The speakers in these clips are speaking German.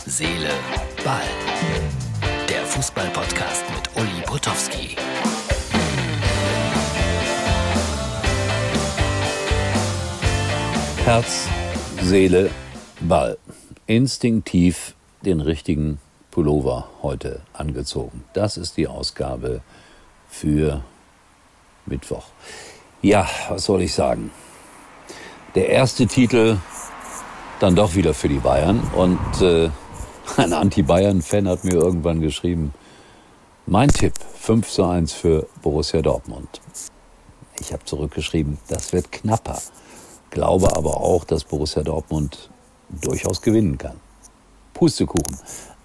Seele, Ball. Der Fußball-Podcast mit Uli Potowski. Herz, Seele, Ball. Instinktiv den richtigen Pullover heute angezogen. Das ist die Ausgabe für Mittwoch. Ja, was soll ich sagen? Der erste Titel dann doch wieder für die Bayern. Und ein Anti-Bayern-Fan hat mir irgendwann geschrieben, mein Tipp, 5:1 für Borussia Dortmund. Ich habe zurückgeschrieben, das wird knapper. Glaube aber auch, dass Borussia Dortmund durchaus gewinnen kann. Pustekuchen.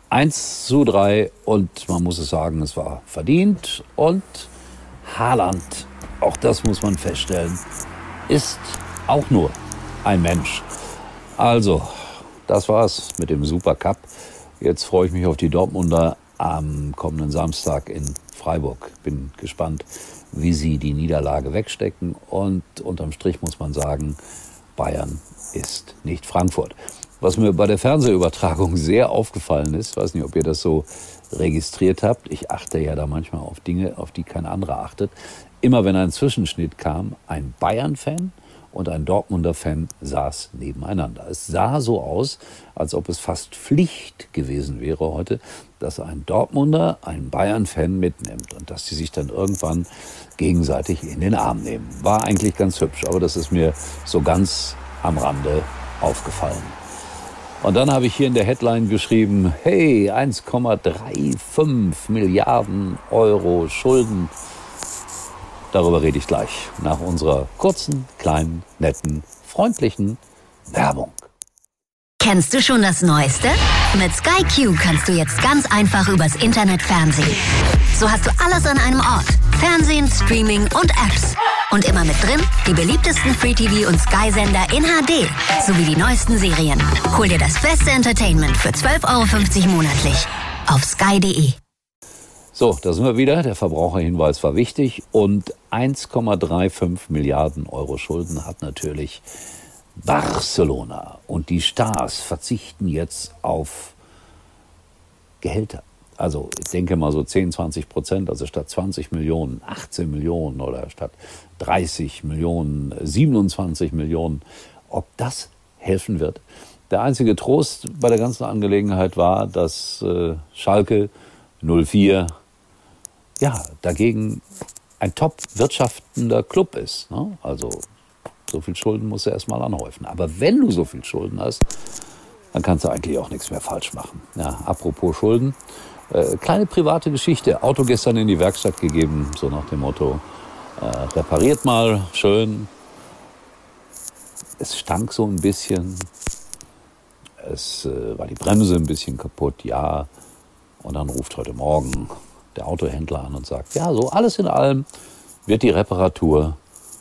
1:3 und man muss es sagen, es war verdient. Und Haaland, auch das muss man feststellen, ist auch nur ein Mensch. Also, das war's mit dem Supercup. Jetzt freue ich mich auf die Dortmunder am kommenden Samstag in Freiburg. Bin gespannt, wie sie die Niederlage wegstecken. Und unterm Strich muss man sagen, Bayern ist nicht Frankfurt. Was mir bei der Fernsehübertragung sehr aufgefallen ist, weiß nicht, ob ihr das so registriert habt, ich achte ja da manchmal auf Dinge, auf die kein anderer achtet. Immer wenn ein Zwischenschnitt kam, ein Bayern-Fan und ein Dortmunder Fan saß nebeneinander. Es sah so aus, als ob es fast Pflicht gewesen wäre heute, dass ein Dortmunder einen Bayern-Fan mitnimmt und dass sie sich dann irgendwann gegenseitig in den Arm nehmen. War eigentlich ganz hübsch, aber das ist mir so ganz am Rande aufgefallen. Und dann habe ich hier in der Headline geschrieben, hey, 1,35 Milliarden Euro Schulden. Darüber rede ich gleich nach unserer kurzen, kleinen, netten, freundlichen Werbung. Kennst du schon das Neueste? Mit Sky Q kannst du jetzt ganz einfach übers Internet fernsehen. So hast du alles an einem Ort. Fernsehen, Streaming und Apps. Und immer mit drin die beliebtesten Free-TV- und Sky-Sender in HD. Sowie die neuesten Serien. Hol dir das beste Entertainment für 12,50 € monatlich. Auf sky.de. So, da sind wir wieder. Der Verbraucherhinweis war wichtig. Und 1,35 Milliarden Euro Schulden hat natürlich Barcelona. Und die Stars verzichten jetzt auf Gehälter. Also ich denke mal so 10-20%, also statt 20 Millionen, 18 Millionen oder statt 30 Millionen, 27 Millionen. Ob das helfen wird? Der einzige Trost bei der ganzen Angelegenheit war, dass Schalke 04 dagegen ein top wirtschaftender Club ist. Ne? Also so viel Schulden musst du erstmal anhäufen. Aber wenn du so viel Schulden hast, dann kannst du eigentlich auch nichts mehr falsch machen. Ja, apropos Schulden. Kleine private Geschichte. Auto gestern in die Werkstatt gegeben, so nach dem Motto, repariert mal schön. Es stank so ein bisschen. Es war die Bremse ein bisschen kaputt, ja. Und dann ruft heute Morgen der Autohändler an und sagt, ja, so alles in allem wird die Reparatur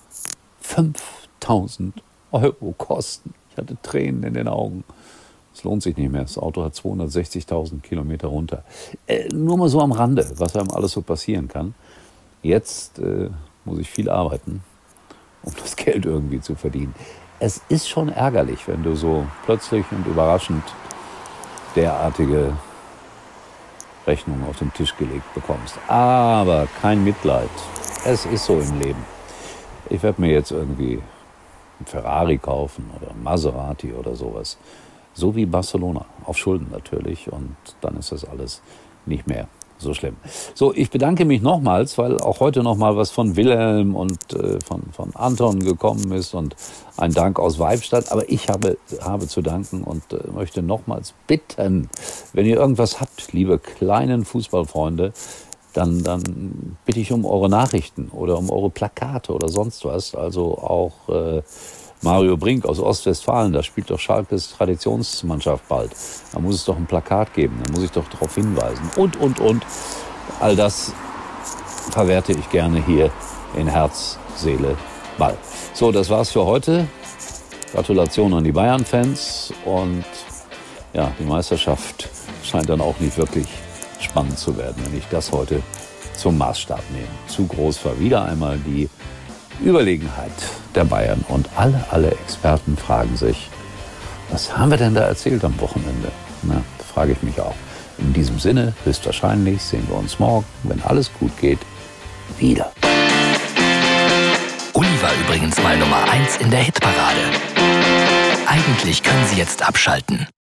5.000 € kosten. Ich hatte Tränen in den Augen. Es lohnt sich nicht mehr. Das Auto hat 260.000 Kilometer runter. Nur mal so am Rande, was einem alles so passieren kann. Jetzt muss ich viel arbeiten, um das Geld irgendwie zu verdienen. Es ist schon ärgerlich, wenn du so plötzlich und überraschend derartige Rechnungen auf den Tisch gelegt bekommst. Aber kein Mitleid. Es ist so im Leben. Ich werde mir jetzt irgendwie einen Ferrari kaufen oder einen Maserati oder sowas. So wie Barcelona, auf Schulden natürlich, und dann ist das alles nicht mehr so schlimm. So, ich bedanke mich nochmals, weil auch heute nochmal was von Wilhelm und von Anton gekommen ist und ein Dank aus Weibstadt. Aber ich habe zu danken und möchte nochmals bitten, wenn ihr irgendwas habt, liebe kleinen Fußballfreunde, dann bitte ich um eure Nachrichten oder um eure Plakate oder sonst was. Also auch Mario Brink aus Ostwestfalen, da spielt doch Schalkes Traditionsmannschaft bald. Da muss es doch ein Plakat geben, da muss ich doch darauf hinweisen. Und. All das verwerte ich gerne hier in Herz, Seele, Ball. So, das war's für heute. Gratulation an die Bayern-Fans. Und ja, die Meisterschaft scheint dann auch nicht wirklich spannend zu werden, wenn ich das heute zum Maßstab nehme. Zu groß war wieder einmal die Überlegenheit der Bayern. Und alle Experten fragen sich, was haben wir denn da erzählt am Wochenende? Na, frage ich mich auch. In diesem Sinne, höchstwahrscheinlich sehen wir uns morgen, wenn alles gut geht, wieder. Uli war übrigens mal Nummer 1 in der Hitparade. Eigentlich können Sie jetzt abschalten.